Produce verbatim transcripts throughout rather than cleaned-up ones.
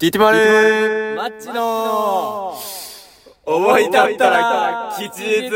聞いてまるマッチの思い立ったら吉日。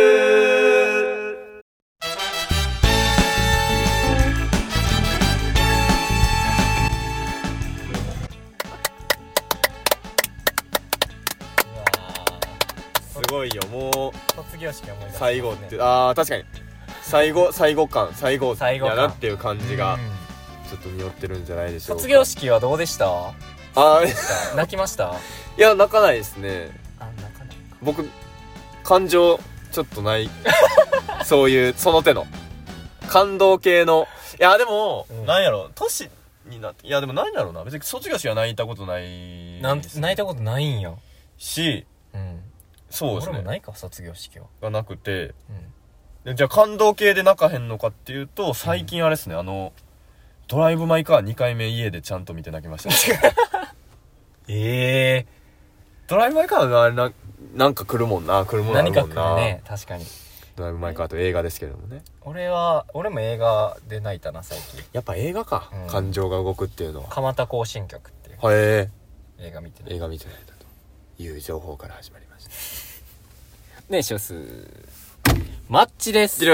すごいよ、もう卒業式思い出す、ね、 最後ってああ確かに最後最後感最後やなっていう感じがちょっと匂ってるんじゃないでしょうか。 卒業式はどうでした？ ああ泣きました？ いや泣かないですね。 あ泣かないか。 僕感情ちょっとないそういうその手の感動系のいやでも、うん、なんやろ年になっていやでもなんやろな別に卒業式は泣いたことない、ね、 なん泣いたことないんやし、 うん、 そうですね。 俺もないか卒業式はがなくて、 うんでじゃあ感動系で泣かへんのかっていうと最近あれですね、うん、あのドライブ・マイ・カーにかいめ家でちゃんと見て泣きました、ね、 ええー、 ドライブ・マイ・カーがななんか来るもんな来るもんなるもんな。 何か来るね確かに。 ドライブ・マイ・カーと映画ですけれどもね。 俺は俺も映画で泣いたな最近。 やっぱ映画か、うん、感情が動くっていうのは蒲田行進曲っていうはえー、映画見てない映画見てないだという情報から始まりましたね。ショスマッチです。 です。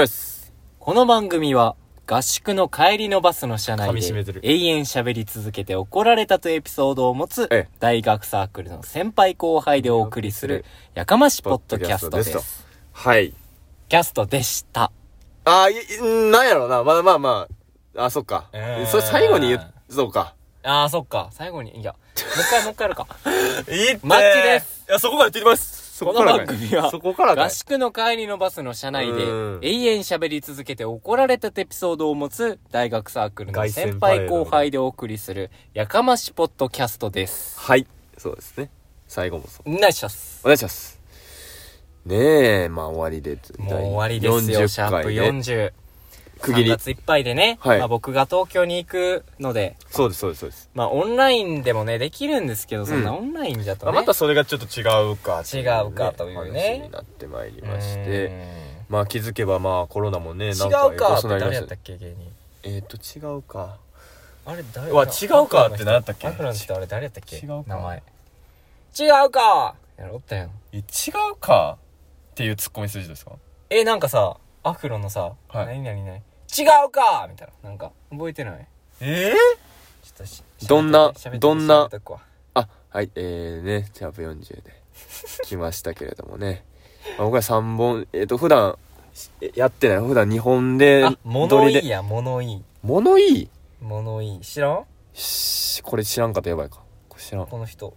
この番組は合宿の帰りのバスの車内で噛み締めてる永遠喋り続けて怒られたとエピソードを持つ大学サークルの先輩後輩でお送りするやかましポッドキャストです。 はいキャストでした。 あーいなんやろうなまあまあまああそっか、えー、それ最後に言うそうかあーそっか最後にいやもう一回もう一回やるかいいってマッチです。 いやそこから言ってきます。 この番組はそこから合宿の帰りのバスの車内で永遠喋り続けて怒られたエピソードを持つ大学サークルの先輩後輩でお送りするやかましポッドキャストです。 はいそうですね。最後もそうお願いしますお願いします。ねえまあ終わりでもう終わりですよ。シャープよんじゅう区切りさんがついっぱいでね、はいまあ、僕が東京に行くのでそうですそうですそうですまあオンラインでもねできるんですけど、うん、そんなオンラインじゃとね、 まあ、またそれがちょっと違うか違うかというね話になってまいりましてまあ気づけばまあコロナもねなんか違うかって誰やったっけ芸人えっ、ー、と違うかあれ誰うわ違うかって何やったっけアフロの人あれ誰やったっけ違うか名前違うかやろったよえ違うかっていうツッコミ筋ですか。 えなんかさアフロのさ、 はい、 何々ね違うかみたいななんか覚えてない。 えー、 ちょっとしどんなどんなあはいえーねシャープよんじゅうで来ましたけれどもね僕はさんぼんえっ、ー、と普段やってない普段にほんであ物いいや物いい物いい物いい知らんしこれ知らんかったやばいかこれ知らんこの人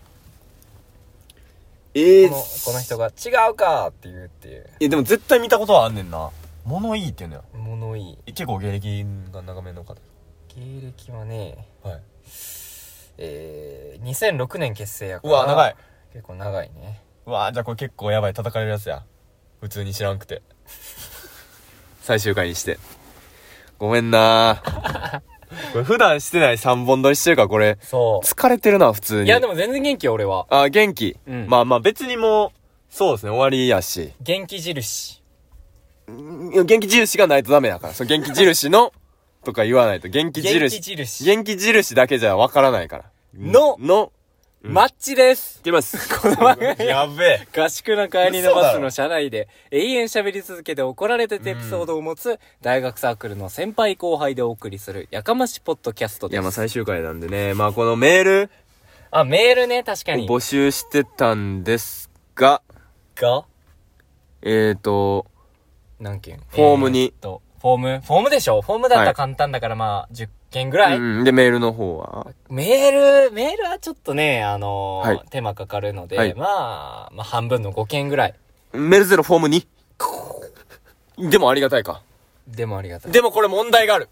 えー、 このこの人が違うかって言うっていうえでも絶対見たことはあんねんな。物いいっていうのよ。 物いい結構芸歴が長めの方。 芸歴はねはいえー、にせんろくねん結成やからうわ長い結構長いね。 うわじゃあこれ結構やばい叩かれるやつや普通に知らんくて最終回にしてごめんなこれ普段してないさんぼん撮りしてるからこれそう疲れてるな普通に。 いやでも全然元気よ俺は。 あ元気、 うん、 まあまあ別にもうそうですね終わりやし元気印元気印がないとダメだからその元気印のとか言わないと元気印元気印元気印だけじゃわからないからのの、 うん、マッチです。 いきますこの番組やべえ合宿の帰りのバスの車内で永遠喋り続けて怒られてエピソードを持つ大学サークルの先輩後輩でお送りするやかましポッドキャストです。 いやまあ最終回なんでねまあこのメールあメールね確かに募集してたんですががえーと何件フォームに、 えー、とフォームフォームでしょ。フォームだったら簡単だから、はい、まあじゅっけんぐらい、 うん、でメールの方はメールメールはちょっとねあのーはい、手間かかるので、はい、まあまあ半分のごけんぐらいメールゼロフォームにでもありがたいかでもありがたいでもこれ問題がある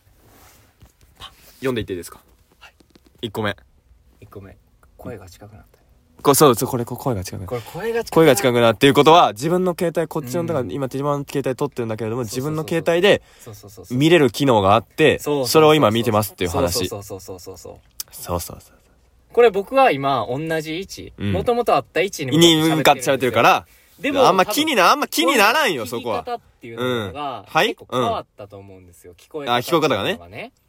読んでいっていいですか。はいいっこめいっこめ声が近くなったこそうですこれ声が近くなこれ声が近く声が近くなっていうことは自分の携帯こっちのだから、うん、今自分の携帯撮ってるんだけれども自分の携帯で見れる機能があってそれを今見てますっていう話。 そうそうそうそうそうそうそうそうこれ僕は今同じ位置もともとあった位置に向かって喋ってるからでもあんま気になあんま気にならんよそこは。 聞き方っていうのが、 うん、はい結構変わったと思うんですよ、うん、聞こえ方あ聞こえ方がね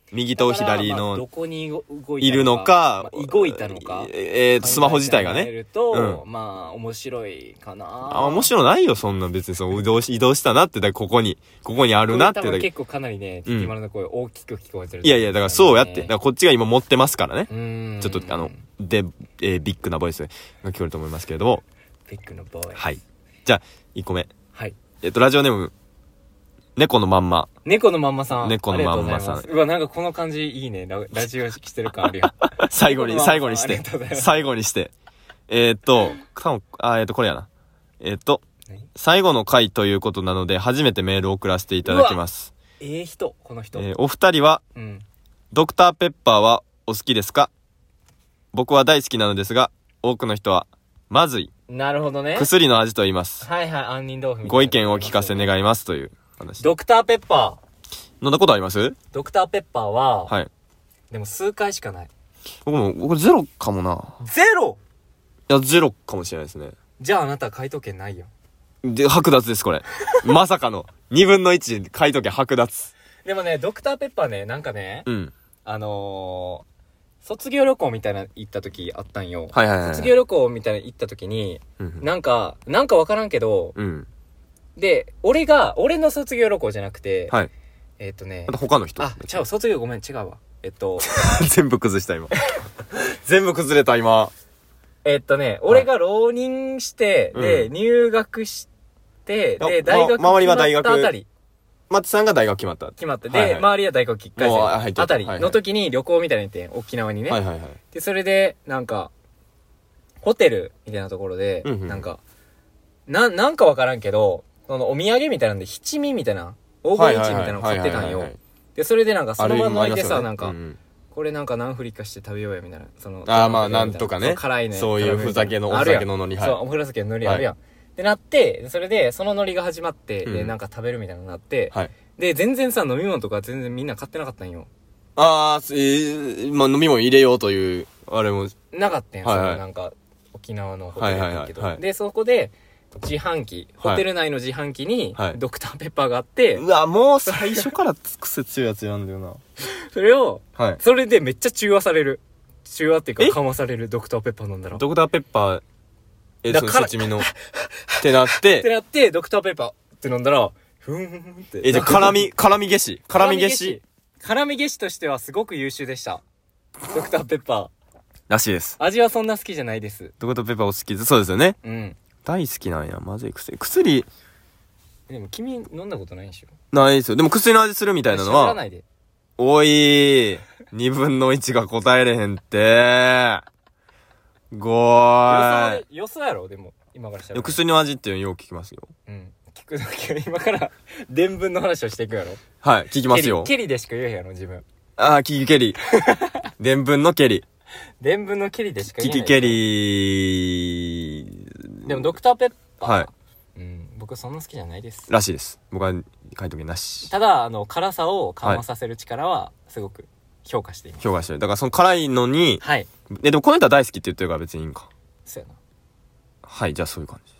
右と左の、 まあどこに動いたのか。 いるのか、 まあ動いたのか。 えーと、スマホ自体がね。 考えると、 うまあ、面白いかな。 あ、面白ないよ、そんな別にそう、移動し、移動したなって、だからここに、ここにあるなってだけ。 これ多分結構かなりね、ティティマルの声大きく聞こえてる、 いやいや、だからそうやって。だからこっちが今持ってますからね。 うーん。 ちょっとあの、で、えービッグなボイスが聞こえると思いますけれども。 ビッグのボイス。 はい。じゃあ、いっこめ。 はい。 えっと、ラジオネーム、猫のまんま。 猫のまんまさん。 猫のまんまさんありがとうございます。うわ、なんかこの感じいいね。ララジオしてる感あるやん。 最後に、最後にしありてがとうございま。す最後にして。えーっと、多分あ、えーっと、これやな。えーっと、 何最後の回ということなので、初めてメールを送らせていただきます。 ええ人、この人。 えーお二人は、 うん。 ドクターペッパーはお好きですか？僕は大好きなのですが、多くの人は、まずい、 なるほどね。 薬の味と言います。 はいはい、杏仁豆腐みたいな。 ご意見をお聞かせ願いますという話。 ドクターペッパー。 飲んだことあります？ ドクターペッパーは、 はい。 でも数回しかない。 僕も、僕ゼロかもな。 ゼロいや、ゼロかもしれないですね。 じゃああなた回答権ないよ。 で、剥奪です、これ。まさかの。二分の一で書いとけ剥奪。 でもね、ドクターペッパーね、なんかね、 うん。 あのー、卒業旅行みたいな行った時あったんよ。 はいはいはい。 卒業旅行みたいな行った時に、 うん。 なんか、なんかわからんけど、 うん。 で、俺が、俺の卒業旅行じゃなくて、 はい。 えっとねま、た他の人。 あ、ちゃう、卒業ごめん、違うわ。えっと、 全部崩した、今。全部崩れた、今。 えっとね、俺が浪人して、 うんで、入学して、 あで、大学ま周りは大学決まったあたり、 松さんが大学決まった。 決まって、で、 はいはい周りは大学いっかいもうあ入ってた生あたりはいはいの時に旅行みたいなの行ってん、沖縄にね。 はいはいはい。 で、それで、なんか、ホテルみたいなところで、 うんうんなんか、な、なんかわからんけど、そのお土産みたいなんで、七味みたいな、黄金一味みたいなの買ってたんよ。で、それでなんかそのまま乗りでさ、なんか、これなんか何振りかして食べようや、みたいな。その、 あーまあなんとかねそう辛いね。 そういうふざけのあるやんお酒の海苔はいそう、おふざけの海苔あるやん。ってなって、それで、その海苔が始まって、で、 うんなんか食べるみたいになって、 はい。 で、全然さ、飲み物とか全然みんな買ってなかったんよ。 あー、えー、まあ飲み物入れようという、あれも、 なかったんや、 はいはいそのなんか、沖縄のホテルやったけど。 はいはいはいはいで、そこで、自販機、 はいホテル内の自販機にはい、 ドクターペッパーがあって、 うわ、もう最初から癖強いやつやんだよな。 それを、 はい。 それでめっちゃ中和される。中和っていうえか緩和されるドクターペッパー飲んだら。っドクターペッパー、え、その、 だからそちみの、ってなってて、 なって、ドクターペッパーって飲んだら、ふーんって。 え、じゃあ、辛み、辛み消し。辛み消し。 辛み消しとしてはすごく優秀でした。ドクターペッパー。 らしいです。 味はそんな好きじゃないです。 ドクターペッパーお好きで、そうですよね。 うん。 大好きなんや。まずい薬。薬、 でも君飲んだことないんでしょ？ ないですよ。でも薬の味するみたいなのは、 知らないで。 おいー、二分の一が答えれへんってごーい。 よそやろ、でも。今からしたら。 薬の味っていうのよく聞きますよ。 うん。聞くだけ、今から、伝聞の話をしていくやろ。 はい、聞きますよ。 ケリ、ケリでしか言えへんやろ、自分。 あー、キキケリ。伝聞のケリ。 伝聞のケリでしか言えない。 キキケリでも、ドクターペッパー。 はい。 うん。僕そんな好きじゃないです。 らしいです。僕は書いとけなし。 ただ、あの、辛さを緩和させる力は、すごく評価しています。 評価してる。だからその辛いのに、 はい。 え、でもこの人は大好きって言ってるから別にいいんか。 そうやな。 はい、じゃあそういう感じ。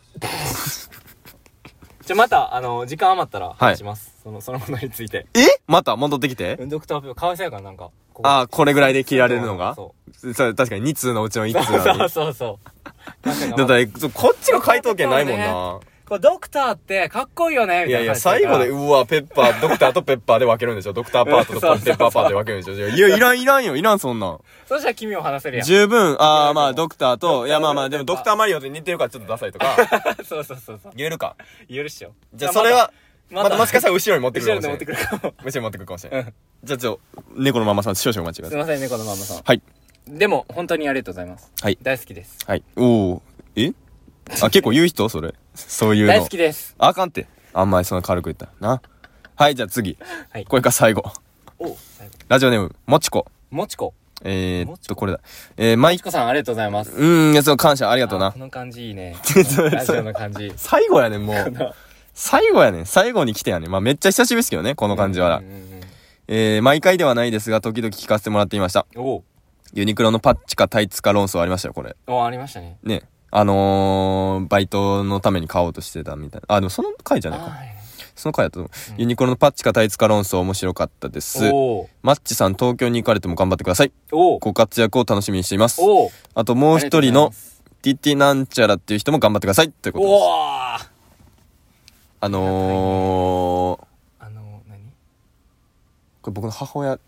じゃ、また、あの、時間余ったら話します。その、そのものについて。 えまた戻ってきてドクターペッパー、かわいそうやから、なんか。こあー、これぐらいで切られるのがそそれ確かにに通のうちのいちう。 通なのに。 そうそうそう。確かにだって、そうこっちが回答権ないもんな。 これドクターってかっこいいよねみたいな。 いやいや、最後で、うわ、ペッパー、ドクターとペッパーで分けるんでしょドクターパートとそうそうそうペッパーパートで分けるんでしょいや、いらん、いらんよ、いらん、そんなん。 そしたら君を話せるやん。 十分、あー、まあ、 いやでもドクターと、いや、まあまあ、でもドクタードクターマリオと似てるからちょっとダサいとか、 そうそうそうそう。 言えるか。 言えるっしょ。 じゃあ、それは、 ままたもしかしたら後ろに持ってくる後ろかもしれない。 で持ってくるかも。 後ろに持ってくるかもしれない。じゃあ、ちょ、猫のママさん、少々お待ちください。 すいませんね、このママさん。 はい。 でも、本当にありがとうございます。 はい。 大好きです。 はい。おー。えあ、結構言う人それ。そういうの。 大好きです。 あかんって。あんまりそんな軽く言ったらな。はい、じゃあ次。 はいこれが最後。 お最後ラジオネーム、もちこ。 もちこ。 えー、っと、 もちここれだ。えー、マイもちこさん、ありがとうございます。 うーん、いや、その感謝ありがとうなあこ。の感じいいね。 それラジオの感じ。 最後やねん、もう。最後やねん。最後に来てやねん。まあ、めっちゃ久しぶりですけどね、この感じはうん。うんうんえー、毎回ではないですが、時々聞かせてもらっていました。 おユニクロのパッチかタイツか論争ありましたよ、これ。 おありましたね。 ね。あのー、バイトのために買おうとしてたみたいな。あ、でもその回じゃないか。 はいその回だと、うん、ユニクロのパッチかタイツか論争面白かったです。マッチさん東京に行かれても頑張ってください。ご活躍を楽しみにしています。あともう一人のティティなんちゃらっていう人も頑張ってくださいということです。あのー、 あのー、何これ僕の母親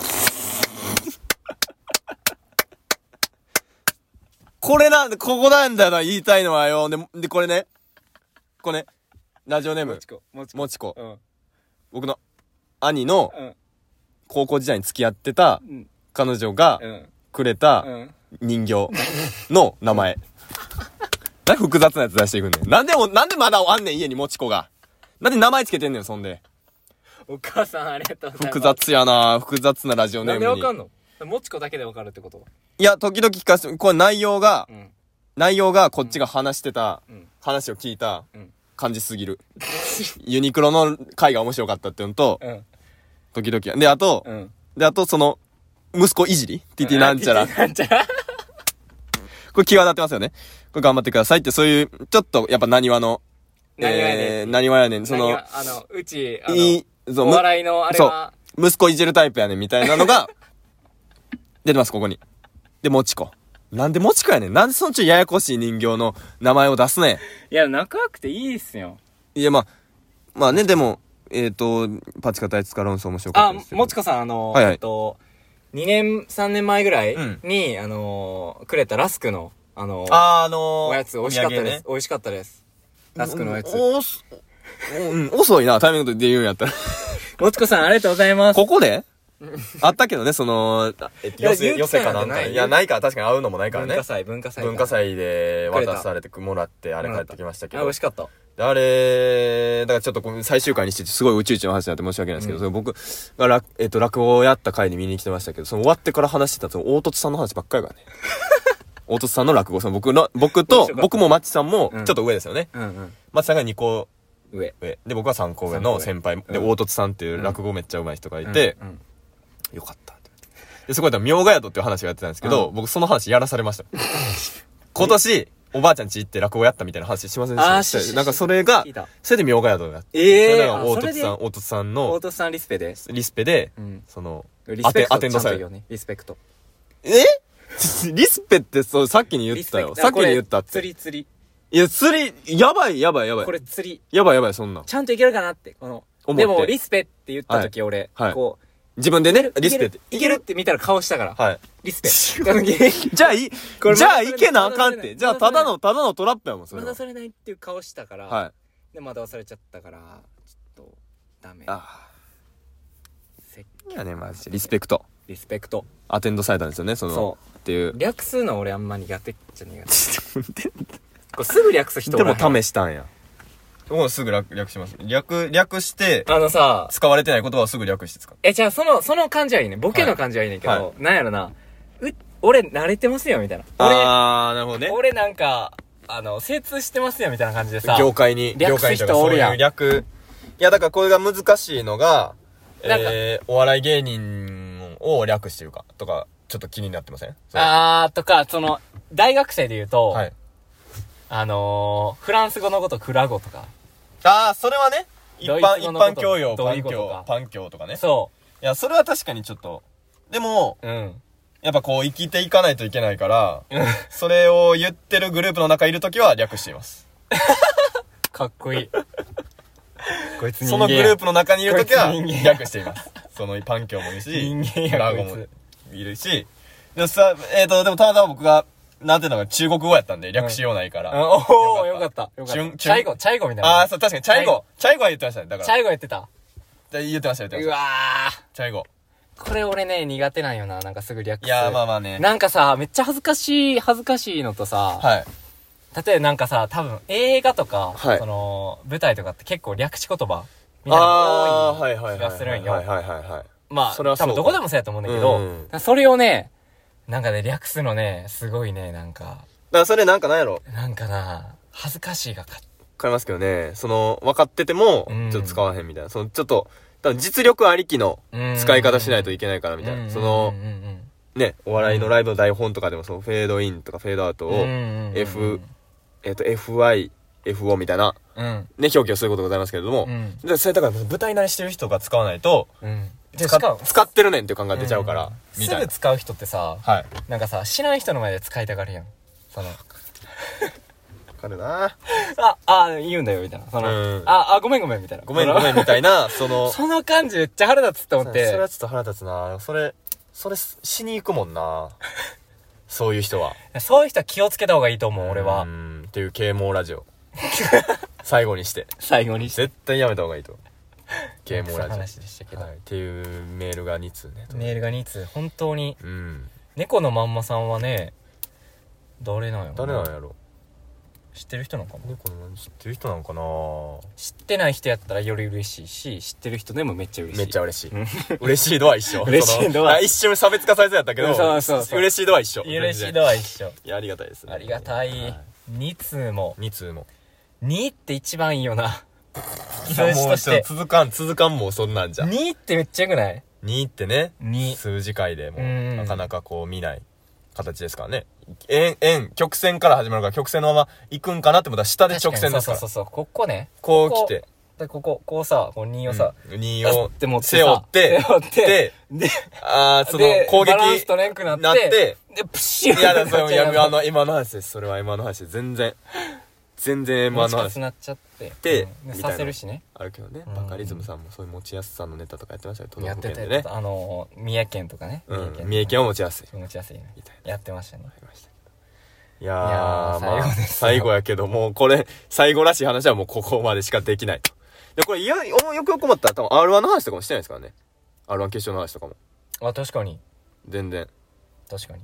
これなんで、ここなんだよな、言いたいのはよ。で、でこれね、これね、ラジオネーム、もちこ。もちこ。うん、僕の兄の高校時代に付き合ってた彼女がくれた人形の名前。なんで複雑なやつ出していくんねん。なんでも、なんでまだあんねん、家にもちこが。なんで名前つけてんねん、そんで。 お母さんありがとうございます。 複雑やな、複雑なラジオネームに。 なんでわかんの？もちこだけでわかるってこと？ いや、時々聞かせて、これ内容が、うん、内容がこっちが話してた、うん、話を聞いた感じすぎる。うん、ユニクロの回が面白かったっていうのと、うん、時々。で、あと、うん、で、あとその、息子いじりティティなんちゃら。なんちゃらこれ際立ってますよね。これ頑張ってくださいって、そういう、ちょっと、やっぱ何話の、 何話やねん。 何話やねん。その、 あの、うち、あの、いそうお笑いのあれは。 そう。息子いじるタイプやねんみたいなのが、出てます、ここに。で、もちこ。なんでもちこやねん。なんでそのちょややこしい人形の名前を出すねん。いや、仲良くていいっすよ。 いや、まあ、まあね、でも、えっと、パチカタイツカ論争面白かったです。 あ、もちこさん、あの、はいはい、えっと、にねん、さんねんまえぐらいに、うん、あの、くれたラスクの、あの、 あ、あのー、 おやつ、美味しかったです。ね、美味しかったです。ラスクのおやつ。 お、お、うん、遅いな、タイミングで言うんやったら。 もちこさん、ありがとうございます。 ここであったけどね、その、えっと、寄せ、寄せかなんか。いや、ないから、確かに会うのもないからね。 文化祭、文化祭。 文化祭で渡されてもらって、あれ帰ってきましたけど。 あ、美味しかった。 あれ、だからちょっと最終回にしてすごい宇宙一の話になって申し訳ないですけど、うん、それ僕が、えっと、落語をやった回に見に来てましたけど、その終わってから話してた、その、大凸さんの話ばっかりがね。大凸さんの落語、その僕の、僕と、僕もマッチさんも、ちょっと上ですよね。うんうん、マッチさんがにこ上。上。で、僕はさんこ上の先輩。で、大凸さんっていう落語めっちゃ上手い人がいて、うんうん、よかった。で、そこで妙が宿っていう話をやってたんですけど、うん、僕その話やらされました。今年、おばあちゃん家行って落語やったみたいな話しませんでした？あー、なんかそれが、それで妙が宿があって。 ええー。 大凸さん、大凸さんの。 大凸さんリスペで。 リスペで、うん、その、 リスペクトアテンドされる。リスペクト。 えリスペってそう、さっきに言ったよ。さっきに言ったって。 釣り釣り。 いや、釣り、やばいやばいやばい。 これ釣り。 やばいやばい、そんな。 ちゃんといけるかなって、この。でも、リスペって言った時俺、はい、こう、 自分でね、リスペって。 いけるって見たら顔したから。 はい。 リスペ。 じゃあいい、じゃあいけなあかんって。じゃあただの、ただのトラップやもん、それ。 まだそれないっていう顔したから。 はい。 で、まだ忘れちゃったから、ちょっと、ダメ。 ああ。せっきやね、マジで。リスペクト。 リスペクト。 アテンドされたんですよね、その。そう。っていう。 略すの俺あんま苦手っちゃ苦手。これすぐ略す人でも試したんや。もうすぐ略、略します。略、略して、 あのさ、 使われてない言葉をすぐ略して使う。 え、じゃあその、その感じはいいね。ボケの感じはいいねんけど、はい、なんやろな。う、俺慣れてますよ、みたいな。俺、 あー、なるほどね。 俺なんか、あの、精通してますよ、みたいな感じでさ。 業界に、 略す人おるやん。 そういう略。いや、だからこれが難しいのが、えー、お笑い芸人を略してるか、とか、ちょっと気になってません？ あー、とか、その、大学生で言うと、はい。あのー、フランス語のことクラ語とか。 ああ、それはね、一般、一般教養、パン教、パン教とかね。 そう。 いや、それは確かにちょっと、でも、うん。やっぱこう生きていかないといけないから、うん、それを言ってるグループの中いるときは略しています。 かっこいい。こいつ人間。 そのグループの中にいるときは略しています。そのパン教もいるし、 人間やラゴもいるし、でもさ、えっと、でもたまたま僕が、なんていうのが中国語やったんで、略しようないから。 うん、おー、よかった。よかった。チャイゴ、チャイゴみたいな。 あー、そう、確かに、チャイゴ。チャイゴは言ってましたね。だから。 チャイゴ言ってた。 言ってました、言ってました。 うわー。 チャイゴ。 これ俺ね、苦手なんよな。なんかすぐ略す。 いやー、まあまあね。 なんかさ、めっちゃ恥ずかしい、恥ずかしいのとさ、 はい。 例えばなんかさ、多分映画とか、 はい、 その、舞台とかって結構略し言葉みたいなのが多い気がするんよ。 はいはいはいはい。 まあ、それは多分どこでもそうやと思うんだけど、うんうん、それをね、なんかね、略すのね、すごいね、なんか。 だからそれなんかなんやろなんかな、恥ずかしいがか。わかりますけどね、その、分かってても、ちょっと使わへんみたいな。その、ちょっと、多分実力ありきの使い方しないといけないからみたいな。その、ね、お笑いのライブの台本とかでもその、フェードインとかフェードアウトを、F、えっと、エフワイ、 エフオー みたいな、 うん。 ね、表記をすることございますけれども、 うん。 でそれだから舞台慣れしてる人が使わないと、 うん。で、し使かも、 使ってるねんっていう感が出ちゃうから、 うんみたいな。 すぐ使う人ってさ、 はい。 なんかさ、知らん人の前で使いたがるやん。その、 わかるなあ、あ、言うんだよ、みたいな。その、 うんあ、あ、ごめんごめん、みたいな。 ごめんごめんみたいな、その、 その感じめっちゃ腹立つって思っそれて。 はちょっと腹立つなそれ、それしに行くもんなそういう人は。 そういう人は気をつけた方がいいと思う、俺はう。ん、っていう啓蒙ラジオ。最後にして。 最後にして。 絶対やめた方がいいと。啓蒙ラジオ。 話でしたけど。 はい。っていうメールがに通ね。 メールがに通、本当に。 うん。 猫のまんまさんはね、誰なんやろ誰なんやろ知ってる人なのかな猫の知ってる人なのかな知ってない人やったらより嬉しいし、知ってる人でもめっちゃ嬉しい。 めっちゃ嬉しい。嬉しい度は一緒。 嬉しい度はそのあ一瞬差別化されてやったけど、 そうそうそう嬉しい度は一緒。 嬉しい度は一緒。 いや、ありがたいですね。 ありがたい。に通も。 に通も。 にって一番いいよな。 いや数字としてもう続かん、続かんもうそんなんじゃ。 にってめっちゃよくない ? にってね、 に数字界でもうんなかなかこう見ない形ですからね。円、円、曲線から始まるから曲線のまま行くんかなって思ったら下で直線ですから。 そうそうそう。ここね。 こう来て。 で、ここ、こうさ、こうにをさ、 にをって持ってさ背負って、 背負ってで、 で、 あー、そので攻撃バランス取れんくなって、 なって、 で、プシュいやだ、それも、いや、あの、 の、今の話です。それは今の話です。全然、全然今の話。 持ちやすなっちゃって。 でうんみたいなさせるしね。 あるけどね。 うんバカリズムさんもそういう持ちやすさのネタとかやってましたよ。都道やって府県でねたやって。た。あの、三重県とかね。 うん。三重県は持ちやすい。 持ちやすいねみたい。 やってましたね。 ありましたけどいやー、 いやーまあ、 最後ですよ最後やけど、もうこれ、最後らしい話はもうここまでしかできないと。で、これ、いや、よくよく思ったら多分 アールワン の話とかもしてないですからね。アールワン 決勝の話とかも。 あ、確かに。 全然。 確かに。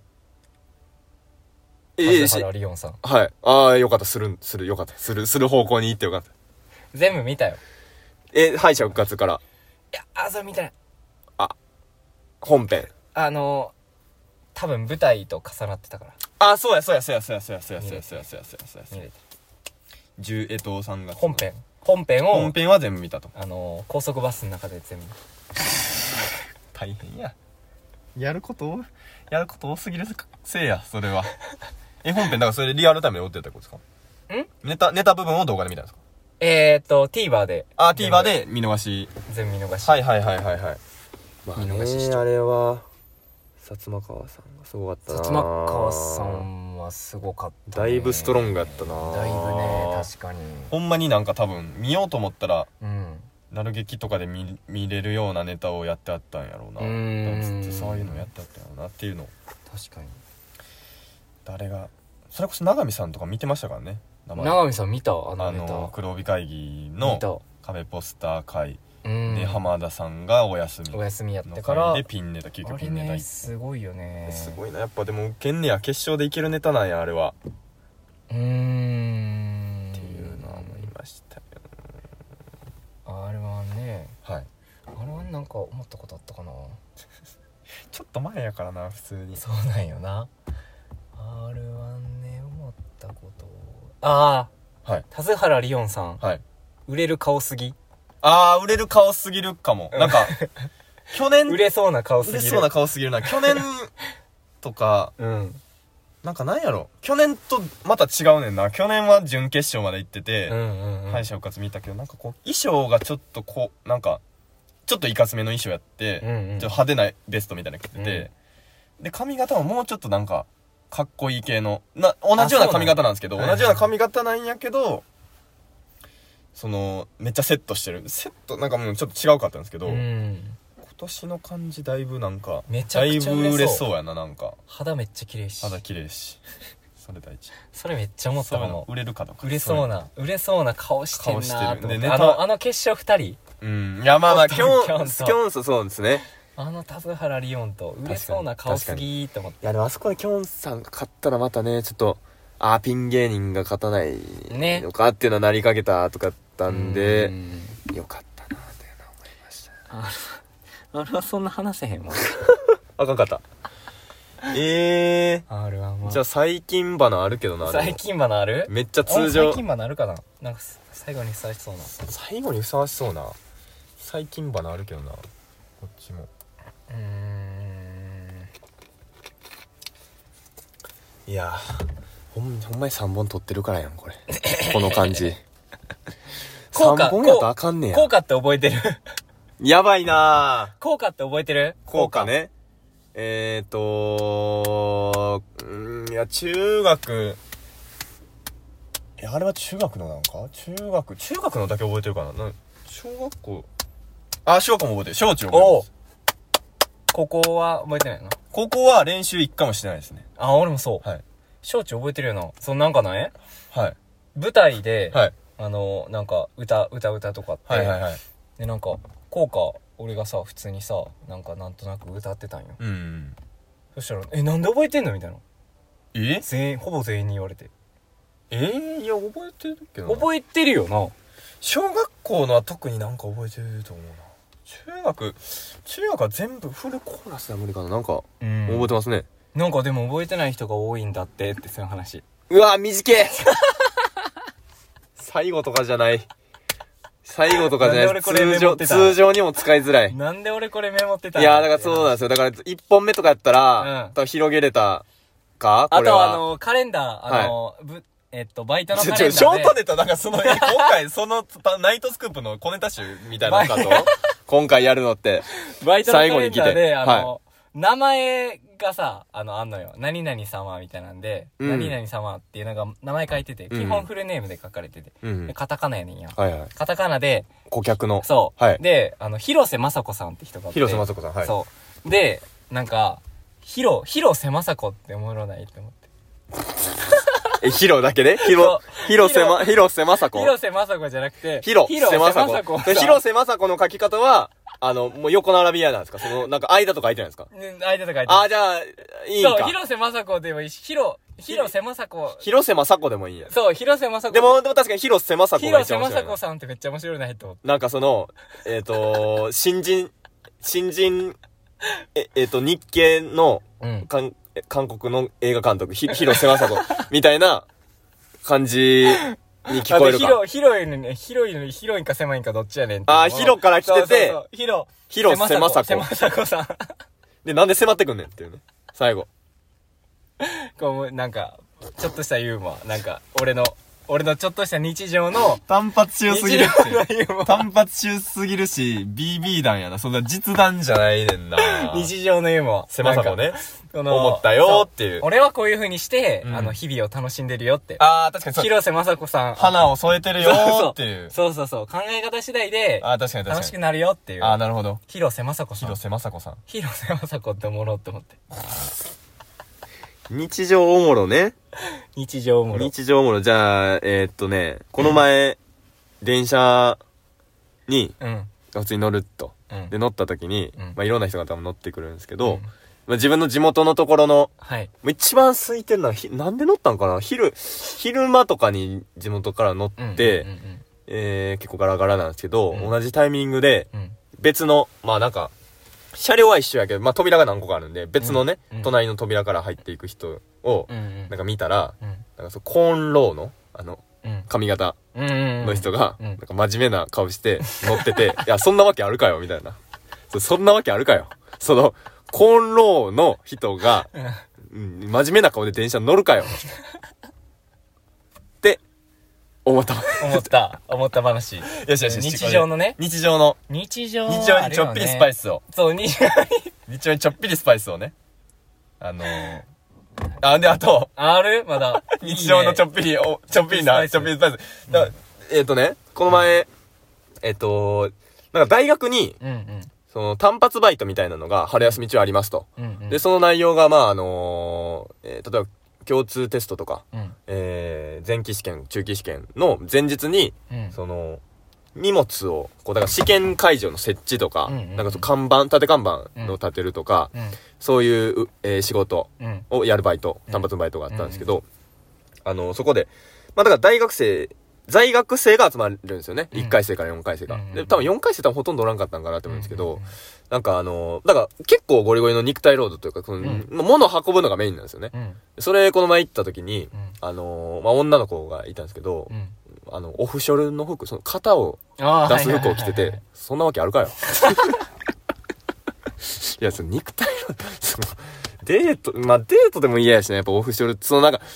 ええし、 田原リオンさん。 はい。ああ、よかった、する、する、よかった。する、する方向に行ってよかった。 全部見たよ。 え、敗者復活から、 いや、あ、それ見てない。 本編。 あの、多分舞台と重なってたから。 あ、そうや、そうや、そうや、そうや、そうや、そうや、そうや、そうや、そうや、そうや、そうや、そうや。 見れて。 十江藤さんが。 本編。本編を、 本編は全部見たと。 あの、高速バスの中で全部。 大変や。やることやること多すぎるせいや、それは。え、本編、だからそれでリアルタイムで追ってたってことですかんネタ、ネタ部分を動画で見たんですかえーっと、TVer で。 あ、TVer で見逃し。 全部見逃し。 はいはいはいはいはい。まあ見逃し視聴あれは、薩摩川さんがすごかったな薩摩川さんはすごかったね。 だいぶストロングやったなだいぶね、確かに。 ほんまになんか多分、見ようと思ったら、 うん。 なる劇とかで見見れるようなネタをやってあったんやろうな。 うーんずっとそういうのやってあったんやろうなっていうのを。 確かに。 誰が、それこそ永見さんとか見てましたからね。名前長見さん見たああのネタ。 の、黒帯会議見のた。 壁ポスター会うん。 で浜田さんがお休みお休みやってのから。 会でピンネタ、急遽あれね、 ピンネタ行ってすごいよね。 すごいな。やっぱでも、受けんねや。決勝でいけるネタなんや、あれは。 うーん。 っていうのは思いましたよ。 あれはね、 はい。 あれはなんか思ったことあったかな。 ちょっと前やからな、普通に。 そうなんよな。あれはね、思ったことああ、 はい。 田津原リオンさん、 はい。 売れる顔すぎ。 あー、売れる顔すぎるかも。なんか、去年、 売れそうな顔すぎる。 売れそうな顔すぎるな。去年とか、 うん。 なんかなんやろ。去年とまた違うねんな。去年は準決勝まで行ってて、 うんうんうん。 敗者復活見たけど、なんかこう、衣装がちょっとこう、なんか、ちょっといかつめの衣装やって、 うんうん。 ちょっと派手なベストみたいなの着てて、で、髪型ももうちょっとなんか、かっこいい系の、な、同じような髪型なんですけど、 あそうなん同じような髪型なんやけど、その、めっちゃセットしてる。セット、なんかもうちょっと違うかったんですけど、 う今ん。 年の感じだいぶなんか、 めちゃくちゃ売れそうだいぶ売れそうやな、なんか。 肌めっちゃ綺麗し。 肌綺麗し。それ大事。 それめっちゃ思ったそうかも。 売れるかどうか。 売れそうな、売れそうな顔してんなーと思って。 顔してるでネタあの、あの決勝二人。 うん。いや、まあまあ、 キキョン、 ョンとキョンス、そうですね。 あの田津原リオンと売れそうな顔すぎーって思って。 いや、でもあそこでキョンさんが勝ったらまたね、ちょっと、あー、ピン芸人が勝たないねのかっていうのはなりかけたとかだったんでう、んよかったなっていうのは思いました。 あれ、あれはそんな話せへんわ。 あかんかった。えあれはー、 まじゃあ最近花あるけどな、あれも最近花あるめっちゃ通常最、近花あるかななんか最後にふさわしそうな。 最後にふさわしそうな、最近花あるけどな、こっちも。 うーん。 いやー、 ほんほんまにさんぼん取ってるからやんこれこの感じ効果さんぼんやとあかんねや効果って覚えてるやばいなぁ効果って覚えてる効果ねえーとーんいや中学えあれは中学のなんか中学中学のだけ覚えてるかなな小学校あ小学校も覚えてる小中覚えてる高校は覚えてないな。 高校は練習一回もしてないですね。 あ、俺もそう。 はい。 小中覚えてるよな。そのなんかね、 はい。 舞台で、 はい。 あの、なんか、歌、歌歌とかって、 はいはいはい。 で、なんか、効果、俺がさ、普通にさ、なんかなんとなく歌ってたんよ。 うん、うん。 そしたら、え、なんで覚えてんのみたいな。 え全員、ほぼ全員に言われて。 えー、いや、覚えてるけどな。 覚えてるよな。 小学校のは特になんか覚えてると思うな。中学、中学は全部フルコーラスは無理かな。なんか、うん、覚えてますね。 なんかでも覚えてない人が多いんだってってそういう話。 うわ短え最後とかじゃない。最後とかじゃない。通常、通常にも使いづらい。 なんで俺これメモってたんいや、だからそうなんですよ。だからいっぽんめとかやったら、うん、広げれたかこれは。 あとあの、カレンダー、あの、はい、ぶえっと、バイトのカレンダーで。 ちょ、ショートネタ、なんかその、今回その、ナイトスクープの小ネタ集みたいなのかと今回やるのって。 バイトのカレンダーで、あの、はい、名前がさ、あの、あんのよ。何々様みたいなんで、うん、何々様っていうのが名前書いてて、うん、基本フルネームで書かれてて、うん、カタカナやねんや。はいはい。カタカナで、 顧客の。 そう。はい。で、あの、広瀬雅子さんって人がいて。 広瀬雅子さん、はい。 そう。で、なんか、広、広瀬雅子っておもろないって思って。 え、ヒロだけでヒロ、広瀬ま、広瀬まさこ広瀬まさこじゃなくて、 広瀬まさこ。広瀬まさこの書き方は、あの、もう横並び屋なんですかその、なんか間とか書いてないですか間とか書いてない。 あ、じゃあ、いいんか。 そう、広瀬まさこでもいいし、広、広瀬まさこ。 広瀬まさこでもいいんや。 そう、広瀬まさこ。 でも、でも確かに広瀬まさこが広瀬まさこさんってめっちゃ面白いな、と思って。 なんかその、えっと、新人、新人、え、えっと、日系の、うん、かん韓国の映画監督、ひ、広瀬まさこ、みたいな感じに聞こえるか。 広、広いのね、広いのに広いんか狭いんかどっちやねんって。 ああ、広から来てて、そうそうそう広、 広瀬まさこ。 瀬まさこさん。 で、なんで迫ってくんねんっていうね。最後。 こう、なんか、ちょっとしたユーモア。なんか、俺の、俺のちょっとした日常の単発中すぎるって単発中すぎるし ビービー 弾やなそんな実弾じゃないねんな日常のユーモア狭さもね思ったよっていう俺はこういう風にして、うん、あの日々を楽しんでるよってああ確かにそう広瀬まさこさん花を添えてるよっていうそうそうそう考え方次第であ確かに確かに楽しくなるよっていうあなるほど広瀬まさこさん広瀬まさこさん広瀬まさこっておもろって思って日常おもろね日常おもろ日常おもろじゃあえー、っとねこの前、うん、電車に、うん、普通に乗ると、うん、で乗った時に、うんまあ、いろんな人が多分乗ってくるんですけど、うんまあ、自分の地元のところの、はい、一番空いてるのはなんで乗ったんかな昼昼間とかに地元から乗って、うんうんうんうんえー、結構ガラガラなんですけど、うん、同じタイミングで、うん、別のまあなんか車両は一緒やけど、まあ、扉が何個かあるんで、別のね、うん、隣の扉から入っていく人を、うん、なんか見たら、うん、なんかそう、コーンローの、あの、うん、髪型の人が、うん、なんか真面目な顔して乗ってて、いや、そんなわけあるかよ、みたいな。そ, そんなわけあるかよ。その、コーンローの人が、うん、真面目な顔で電車乗るかよ。って思った。 思った。思った話。 よしよしよし。 日常のね。 日常の。 日常。 日常にちょっぴりスパイスを。 そう、日常に。 日常にちょっぴりスパイスをね。あのー、あ、で、あと。 あるまだ。 日常のちょっぴり、お、ちょっぴりな、ちょっぴりスパイス。だえっとね、この前、うん、えっと、なんか大学に、うんうん、その単発バイトみたいなのが春休み中ありますと。うんうん、で、その内容が、まあ、あのー、えー、例えば、共通テストとか、うん、えー、前期試験、中期試験の前日に、うん、その、荷物を、こう、だから試験会場の設置とか、うんうんうん、なんかその看板、立て看板の立てるとか、うん、そういう、えー、仕事をやるバイト、単発バイトがあったんですけど、うんうん、あの、そこで、まあだから大学生、在学生が集まるんですよね。うん、いっかい生からよんかい生が。うんうんうん、で、多分よんかい生多分ほとんどおらんかったんかなって思うんですけど、うんうんうん、なんかあの、だから結構ゴリゴリの肉体労働というか、その、うん、物を運ぶのがメインなんですよね。うん、それ、この前行った時に、うん、あの、まあ女の子がいたんですけど、うんあの、オフショルの服、その型を出す服を着てて、そんなわけあるかよ。いや、その肉体の、その、デート、まあデートでも嫌やしね、やっぱオフショル、そのなんか、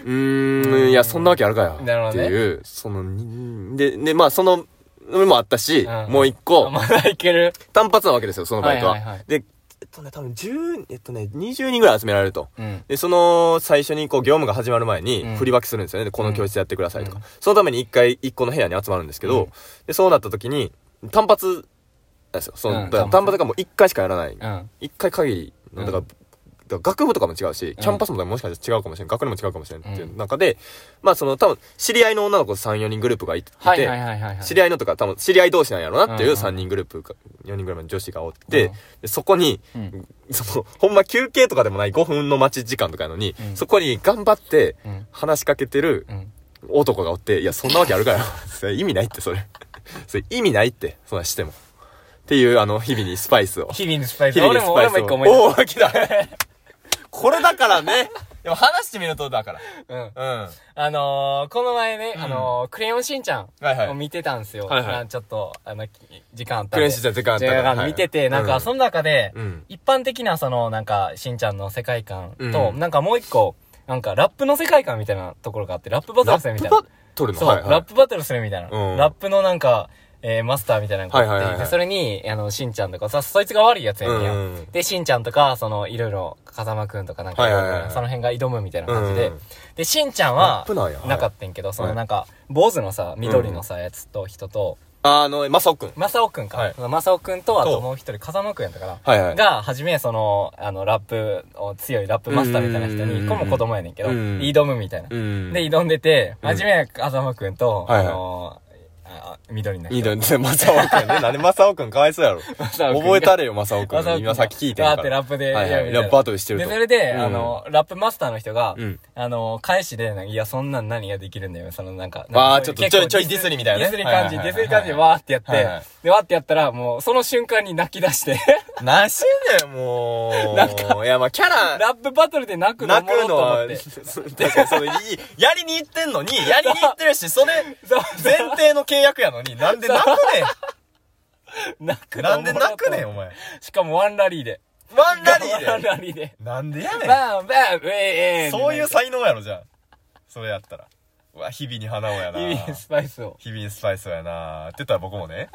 うーん、いや、そんなわけあるかよ。 なるほどね。 っていう、その、で、で、まあ、その、もあったし、うん、もう一個。 まだいける。 単発なわけですよ、そのバイトは。 はいはいはい、 で、えっとね、多分じゅう、えっとね、にじゅうにんぐらい集められると。 うん、 で、その、最初にこう、業務が始まる前に、振り分けするんですよね。で、この教室やってくださいとか。うん、そのために一回、一個の部屋に集まるんですけど、うん、で、そうなった時に、単発、なんですよ。その、うん、単発がもう一回しかやらない。一、うん、回限り、だから、うん学部とかも違うし、キャンパスももしかしたら違うかもしれん、学年も違うかもしれんっていう中で、まあその多分、知り合いの女の子さん、よにんグループがいて、知り合いのとか多分、知り合い同士なんやろうなっていうさんにんグループか、よにんぐらいの女子がおって、でそこに、その、ほんま休憩とかでもないごふんの待ち時間とかやのに、そこに頑張って話しかけてる男がおって、いや、そんなわけあるかよ。それ意味ないって、それ。それ意味ないって、そんなしても。っていう、あの、日々にスパイスを。 日々にスパイスを。俺も、俺も一個思い出した。おー、来た。これだからね。でも話してみるとだから。 うん。うん。あのー、この前ね、 うん、 あのー、クレヨンしんちゃんを見てたんですよ。 はいはい。 ちょっと、あの、時間あったんで。 クレヨンしんちゃん時間あったから。 はい、見てて、なんか、その中で、うん、一般的なその、なんか、しんちゃんの世界観と、うん、なんかもう一個、なんか、ラップの世界観みたいなところがあって、ラップバトルするみたいな。 ラップバトルのそう、はいはい、ラップバトルするみたいな。うん、ラップのなんか、えー、マスターみたいなのがあって、はいはいはいはい、で、それに、あの、しんちゃんとか、さ、そいつが悪いやつやんや、うんうん。で、しんちゃんとか、その、いろいろ、風間くんとかなんか、はいはいはい、その辺が挑むみたいな感じで、うんうん、で、しんちゃんは、なかったんけど、はい、そのなんか、坊主のさ、緑のさ、やつと人と、 あの、まさおくん。 まさおくんか。はい、まさおくんと、あともう一人、風間くんやったから、はいはい、が、はじめ、その、あの、ラップを、強いラップマスターみたいな人に、こも子供やねんけど、挑むみたいな。で、挑んでて、はじめ、風間くんと、あのー、緑になっちゃう。 緑に、まさおくんね。なんでまさおくんかわいそうやろ。覚えたれよ、まさおくん。今さっき聞いてるから。 だってラップで。 はいはい。ラップバトルしてると。 で、それで、あの、ラップマスターの人が、あの、返しで、いや、そんなん何ができるんだよ。そのなんか。 ああ、ちょっとちょいちょいディスりみたいなね。 ディスり感じ、ディスり感じでわーってやって、で、わーってやったら、もう、その瞬間に泣き出して。 なしだよ、もう。なんか、いや、まあ、キャラ。 ラップバトルで泣くの泣くのは、 確かに、その、やりに行ってんのに、やりに行ってるし、それ、前提の契約やのに、なんで泣くねん。泣くなんで泣くねん、お前。 しかもワンラリーで。 ワンラリーでワンラリーで。 なんでやねん。 バンバン、ウェイエー。 そういう才能やろ、じゃあ。それやったら。うわ、日々に花をやな。 日々にスパイスを。 日々にスパイスをやな。って言ったら僕もね。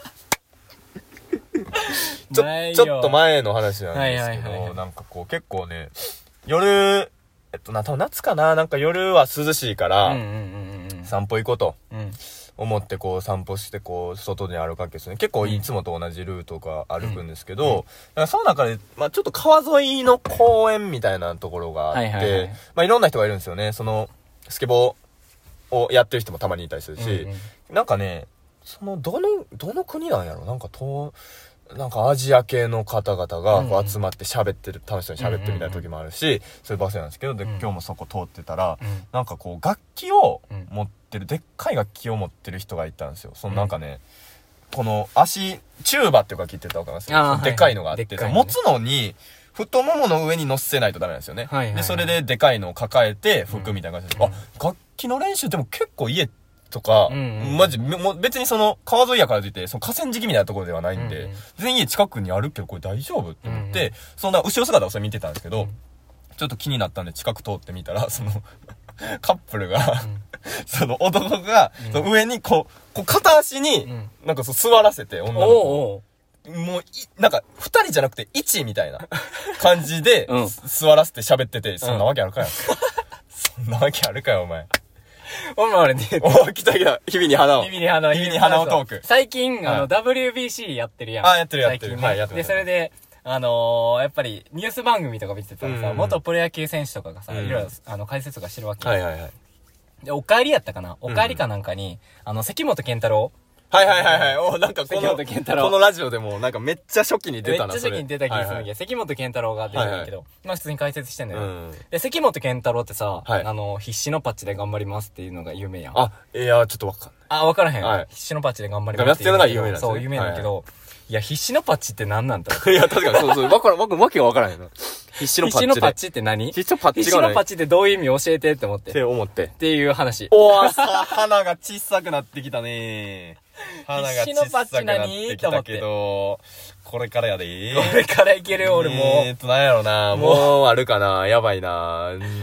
ちょ、ちょっと前の話なんですけど、なんかこう結構ね、夜、えっとな、多分夏かな、なんか夜は涼しいから、散歩行こうと。うん思ってこう散歩してこう外で歩くわけですね。結構いつもと同じルートが歩くんですけど、うんうん、だからその中で、まあちょっと川沿いの公園みたいなところがあって、はいはいはい、まあいろんな人がいるんですよね。その、スケボーをやってる人もたまにいたりするし、うんうん、なんかね、その、どの、どの国なんやろなんかと、なんかアジア系の方々がこう集まって喋ってる、楽しそうに喋ってるみたいな時もあるし、そういう場所なんですけど、で、今日もそこ通ってたら、なんかこう楽器を持ってる、でっかい楽器を持ってる人がいたんですよ。そのなんかね、この足、チューバっていう楽器って言ったらわかりますでっかいのがあって、持つのに、太ももの上に乗せないとダメなんですよね。で、それででかいのを抱えて吹くみたいな感じで、あ、楽器の練習でも結構家とか、うんうん、マジ、も別にその、川沿いやからといって、その河川敷みたいなところではないんで、うんうん、全員家近くにあるけど、これ大丈夫って思って、うんうん、そんな後ろ姿をそれ見てたんですけど、うん、ちょっと気になったんで近く通ってみたら、その、カップルが、うん、その男が、うん、その上にこう、こう片足に、うん、なんかそう座らせて、女の子を。もう、い、なんか、二人じゃなくて一みたいな感じで、うん、座らせて喋ってて、そんなわけあるかよ。そんなわけあるかよ、お前。 お前俺ね。 お、来た来た。日々に花を。 日々に花を。 日々に花をトーク。 最近、あの、ダブリュービーシー やってるやん。 あ、やってるやってる。はい、やってる。 で、それで、あのー、やっぱり、ニュース番組とか見てたらさ、元プロ野球選手とかがさ、いろいろ、あの、解説とかしてるわけ。 はいはいはい。 で、お帰りやったかなお帰りかなんかに、あの、関本健太郎。 はいはいはいはい。お、なんかこの、このラジオでもなんかめっちゃ初期に出たな。 めっちゃ初期に出た気がするんだけど、関本健太郎が出てるんだけど、まあ普通に解説してんだよ。で、関本健太郎ってさ、あの、必死のパッチで頑張りますっていうのが有名やん。 あ、いや、ちょっとわかんない。 あ、わからへん。必死のパッチで頑張りますっていうのが有名なんですそう、有名なんだけど、いや、必死のパッチって何なんだいや、確かにそうそう。わからん、わけがわからへんな。必死のパッチ。 必死のパッチって何必死のパッチが必死のパッチってどういう意味教えてって思って。 って思って。 っていう話。 おー、さ、鼻が小さくなってきたね鼻が小さくなってきたけど、これからやでこれからいけるよ、俺も。 えーっと、なんやろな。もう、あるかな。やばいな。うーん。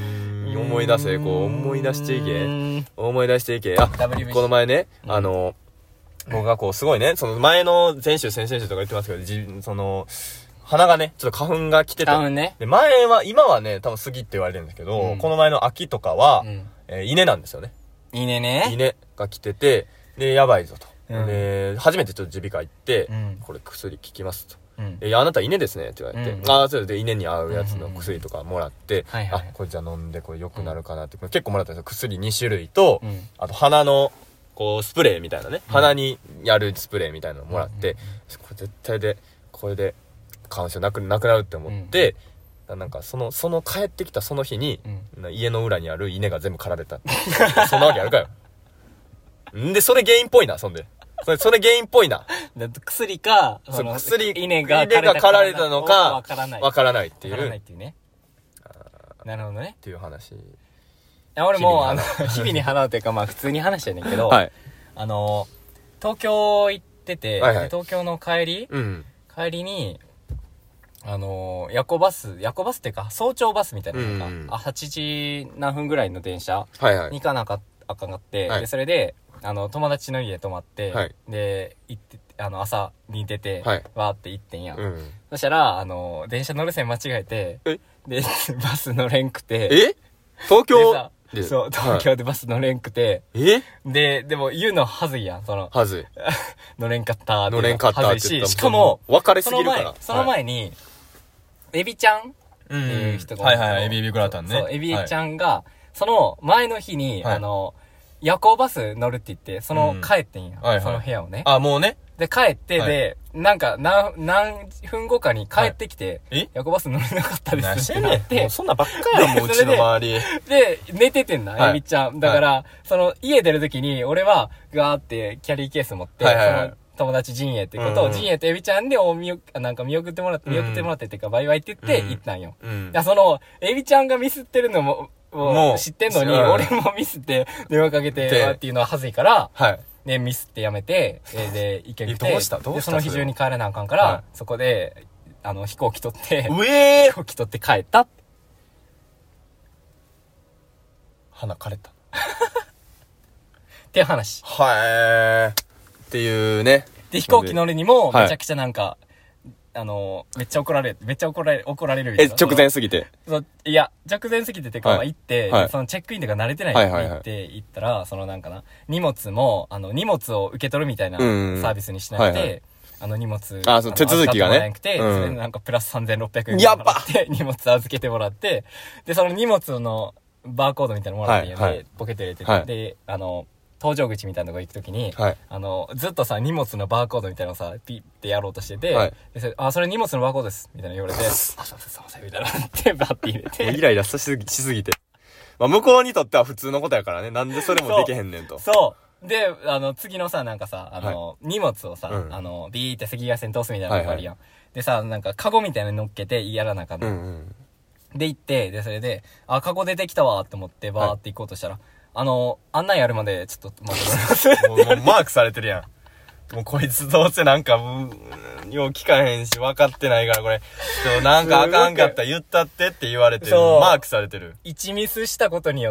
思い出せ、こう、思い出していけ。思い出していけ。あ、この前ね、うん、あの、僕がこう、すごいね、その前の前週、先々週とか言ってますけど、じその、鼻がね、ちょっと花粉が来てて。 花粉ね。 で、前は、今はね、多分杉って言われてるんですけど、うん、この前の秋とかは、うん、えー、稲なんですよね。 稲ね。 稲が来てて、で、やばいぞと。うん、で、初めてちょっと耳鼻科行って、うん、これ薬効きますと。うん、いや、あなた稲ですねって言われて、うん、ああ、それで稲に合うやつの薬とかもらって、うんうんうん、あ、これじゃあ飲んでこれ良くなるかなって、うん、結構もらったんですよ。薬に種類と、うん、あと鼻の、こう、スプレーみたいなね、うん、鼻にやるスプレーみたいなのもらって、うん、これ絶対で、これで、花粉症なく、なくなるって思って、うん、なんか、その、その帰ってきたその日に、うん、家の裏にある稲が全部刈られた。そんなわけあるかよ。んで、それ原因っぽいな、そんで。それ、それ原因っぽいな。 薬か、 その薬、 稲が刈られたのか、 わからない。 わからないっていう。 わからないっていうね。なるほどね。 っていう話。いや、俺もう、あの、日々に払うというか、まあ普通に話してんねんけど、はい、あの、東京行ってて、はいはい、東京の帰り、うん、帰りに、あの、夜行バス、夜行バスっていうか、早朝バスみたいなのが、うん、あ、はちじ何分ぐらいの電車に行かなかあかんかって、はい、で、それで、あの、友達の家泊まって、はい、で、行って、あの、朝に出て、はい、わーって行ってんや、うん。そしたら、あの、電車乗る線間違えて、えで、バス乗れんくて、 え東京でそう、東京でバス乗れんくて、 えで、でも言うのはずいやん、その。 はずい。 乗れんかったって。 乗れんかったって言ったし、しかも、 別れすぎるから。 その前に、エビちゃんっていう人が、 はいはい、エビエビグラタンね。 そう、エビちゃんが、その前の日に、あの、夜行バス乗るって言って、その、帰ってんや、はいはい。その部屋をね。 あ、もうね。 で、帰って、はい、で、なんか、何、何分後かに帰ってきて、はい、夜行バス乗れなかったですってなって。 もうそんなばっかやん、もううちの周り。 で、寝ててんな、はい、エビちゃん。だから、はい、その、家出るときに、俺は、ガーってキャリーケース持って、はいはいはい、その、友達陣営ってことを、陣営とエビちゃんでお見送、なんか見送ってもらって、見送ってもらってっていうか、バイバイって言って、行ったんよ。うん。だその、エビちゃんがミスってるのも、もう知ってんのに、俺もミスって電話かけて、っていうのは恥ずいから、はい。で、ミスってやめて、で、行けなくて、 どうしたどうしたで、その日中に帰らなあかんから、はい、そこで、あの、飛行機取って、 うえー、 飛行機取って帰った。 鼻枯れた。 っていう話。 はー。っていうね。 で、飛行機乗るにも、めちゃくちゃなんか、はいあの、めっちゃ怒られる。めっちゃ怒られる。怒られる。 え、直前すぎて。 そう、いや、直前すぎててか、はい、行って、はい、そのチェックインとか慣れてないって言って、行ったら、そのなんかな、荷物も、あの、荷物を受け取るみたいなサービスにしなくて、はいはい、あの、荷物、 あ、その手続きがね。 なくて、うん、それでなんかプラスさんぜんろっぴゃくえんやばって荷物預けてもらって、で、その荷物のバーコードみたいなのもらって、はいはい、ポケット入れてて、はい、で、あの、搭乗口みたいなとこ行くときに、はい、あの、ずっとさ、荷物のバーコードみたいなのさ、ピッてやろうとしてて、はい、でそれあ、それ荷物のバーコードです、みたいな言われて、あ、すいません、すいません、みたいなってバッて入れて。 イライラしすぎ、しすぎて。まあ、向こうにとっては普通のことやからね、なんでそれもできへんねんと。 そう。そうで、あの、次のさ、なんかさ、あの、はい、荷物をさ、うん、あの、ビーって赤外線通すみたいなのがあるやん。はいはい、でさ、なんか、カゴみたいなの乗っけてやらなあかんの。うんうん、で、行って、で、それで、あ、カゴ出てきたわって思って、バーって行こうとしたら、はいあの、案内やるまで、ちょっと待ってもう、もうマークされてるやん。もうこいつどうせなんか、よう聞かへんし、分かってないから、これ、ちょっとなんかあかんかったら言ったってって言われて、マークされてる。 一ミスしたことによって、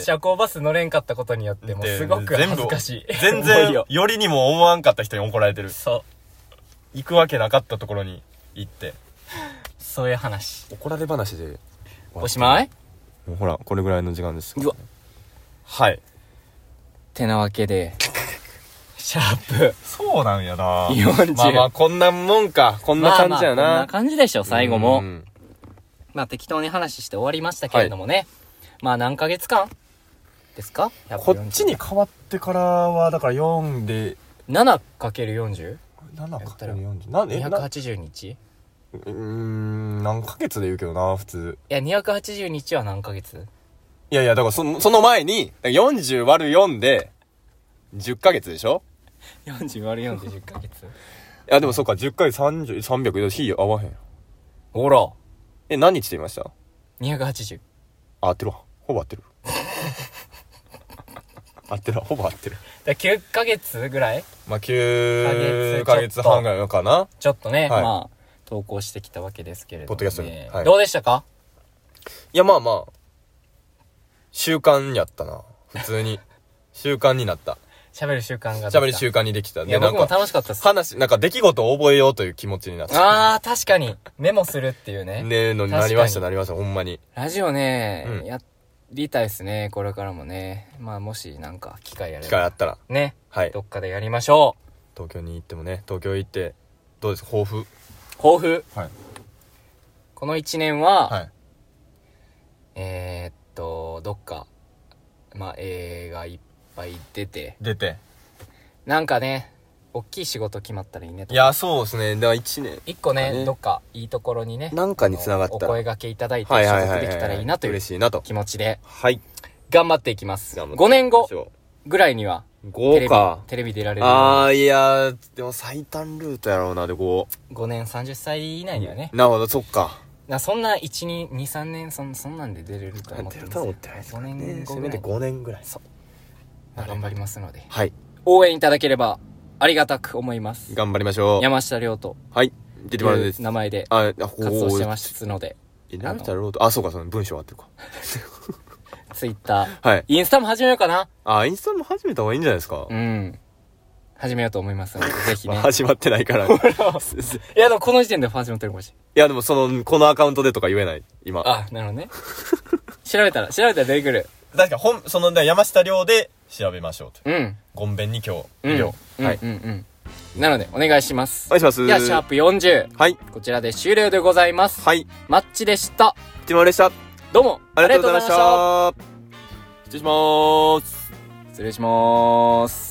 社交バス乗れんかったことによって、もうすごく恥ずかしい。 全然、よりにも思わんかった人に怒られてる。 そう。 行くわけなかったところに行って。 そういう話。 怒られ話で。 おしまい？ もうほら、これぐらいの時間です。 うわ。はい。てなわけで、シャープ。 そうなんやな。 よんじゅう。 まあまあ、こんなもんか。こんな感じやな。まあまあこんな感じでしょ、最後も。まあ適当に話して終わりましたけれどもね。はい、まあ何ヶ月間ですか？ こっちに変わってからは、だからよんで。 ななかけるよんじゅう？ ななかけるよんじゅう。 なんでにひゃくはちじゅうにち？ うーん、何ヶ月で言うけどな、普通。 いや、にひゃくはちじゅうにちは何ヶ月？ いやいや、だからその、その前に、よんじゅう割るよんで、じゅっかげつでしょ ? よんじゅう割るよんでじゅっかげつ。いや、でもそっか、じゅっかげつさんじゅう、さんびゃく、日合わへん。 ほら。 え、何日って言いました？ にひゃくはちじゅう。 あ、合ってるわ。ほぼ合ってる。合ってるわ。ほぼ合ってる。 だきゅっかげつぐらい？ まあ、きゅうかげつはんぐらいかな。 ちょっとね、はい、まあ、投稿してきたわけですけれども、ね。 ポッドキャストに。 はい、どうでしたか？ いや、まあまあ。 習慣やったな。普通に。習慣になった。 喋る習慣が。 喋る習慣にできた。 いや、僕も楽しかったっす。 話、なんか出来事を覚えようという気持ちになった。 あー、確かに。メモするっていうね。 ねえのになりました、なりました、ほんまに。 ラジオね、 うん、 やりたいっすね、これからもね。まあ、もしなんか機会あれば。 機会あったら。 ね。 はい。 どっかでやりましょう。 東京に行ってもね、東京行って、どうですか、抱負。 抱負。 はい。 この一年は、 はい。 えー、っと、どっか、まあ、映画いっぱい出て。 出て。 なんかね、大きい仕事決まったらいいねと。 いや、そうですね。だから一年。 一個ね、ねどっかいいところにね。 なんかに繋がったら。 お声掛けいただいて、所属できたらいいなという。 嬉しいなと。 気持ちで。 はい。 頑張っていきます。ごねんごぐらいには。 ごか。 テレビ出られる。 あー、いやー、でも最短ルートやろうな、でご。 ごねんさんじゅっさい以内にはね。 なるほど、そっか。 な、そんな、いち、に、に、さんねん、そん、そんなんで出れると思ってます。 出ると思ってないですごねんごせめてごねんぐらい。 そう。頑張りますので。 はい。 応援いただければ、ありがたく思います。 頑張りましょう。 山下亮と。 はい。出てもらうです。 名前で。 あ、 活動してますので。 山下亮と。あ、そうか、その文章あってるか。 ツイッター。 はい。 インスタも始めようかな。 あ、インスタも始めた方がいいんじゃないですか。 うん。始めようと思いますので、ぜひね。 始まってないから。いや、でもこの時点で始まってるかもしれん。いや、でもその、このアカウントでとか言えない、今。 あ、なるほどね。調べたら、調べたら出てくる。 確か、ほん、その、山下亮で調べましょうと。 うん。 ごんべんに今日、 うん。 亮。 はい。うんうん。なので、お願いします。 お願いします。 では、シャープよんじゅう。 はい。 こちらで終了でございます。 はい。 マッチでした。 ティモでした。 どうも、 ありがとうございました。失礼しまーす。 失礼しまーす。